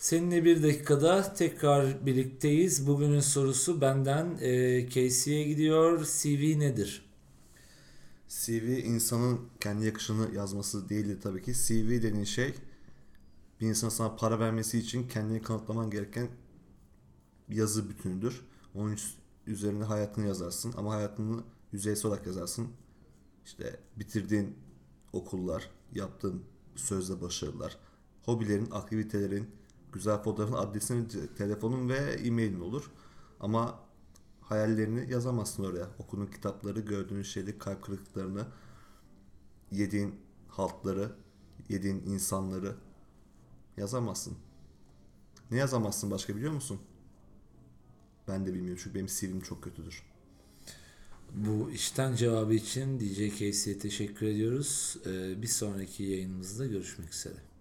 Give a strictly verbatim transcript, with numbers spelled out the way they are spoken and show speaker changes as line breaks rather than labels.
Seninle bir dakikada tekrar birlikteyiz. Bugünün sorusu benden e, Casey'e gidiyor. C V nedir?
C V insanın kendi yakışını yazması değildir tabii ki. C V dediğin şey bir insan sana para vermesi için kendini kanıtlaman gereken bir yazı bütünüdür. Onun üzerine hayatını yazarsın ama hayatını yüzeysel olarak yazarsın. İşte bitirdiğin okullar, yaptığın sözde başarılar, hobilerin, aktivitelerin, güzel fotoğrafın, adresin, telefonun ve e-mailin olur. Ama hayallerini yazamazsın oraya. Okuduğun kitapları, gördüğün şeyleri, kalp kırıklıklarını, yediğin haltları, yediğin insanları yazamazsın. Ne yazamazsın başka biliyor musun? Ben de bilmiyorum çünkü benim C V'm çok kötüdür.
Bu işten cevabı için D J Casey'e teşekkür ediyoruz. E, bir sonraki yayınımızda görüşmek üzere.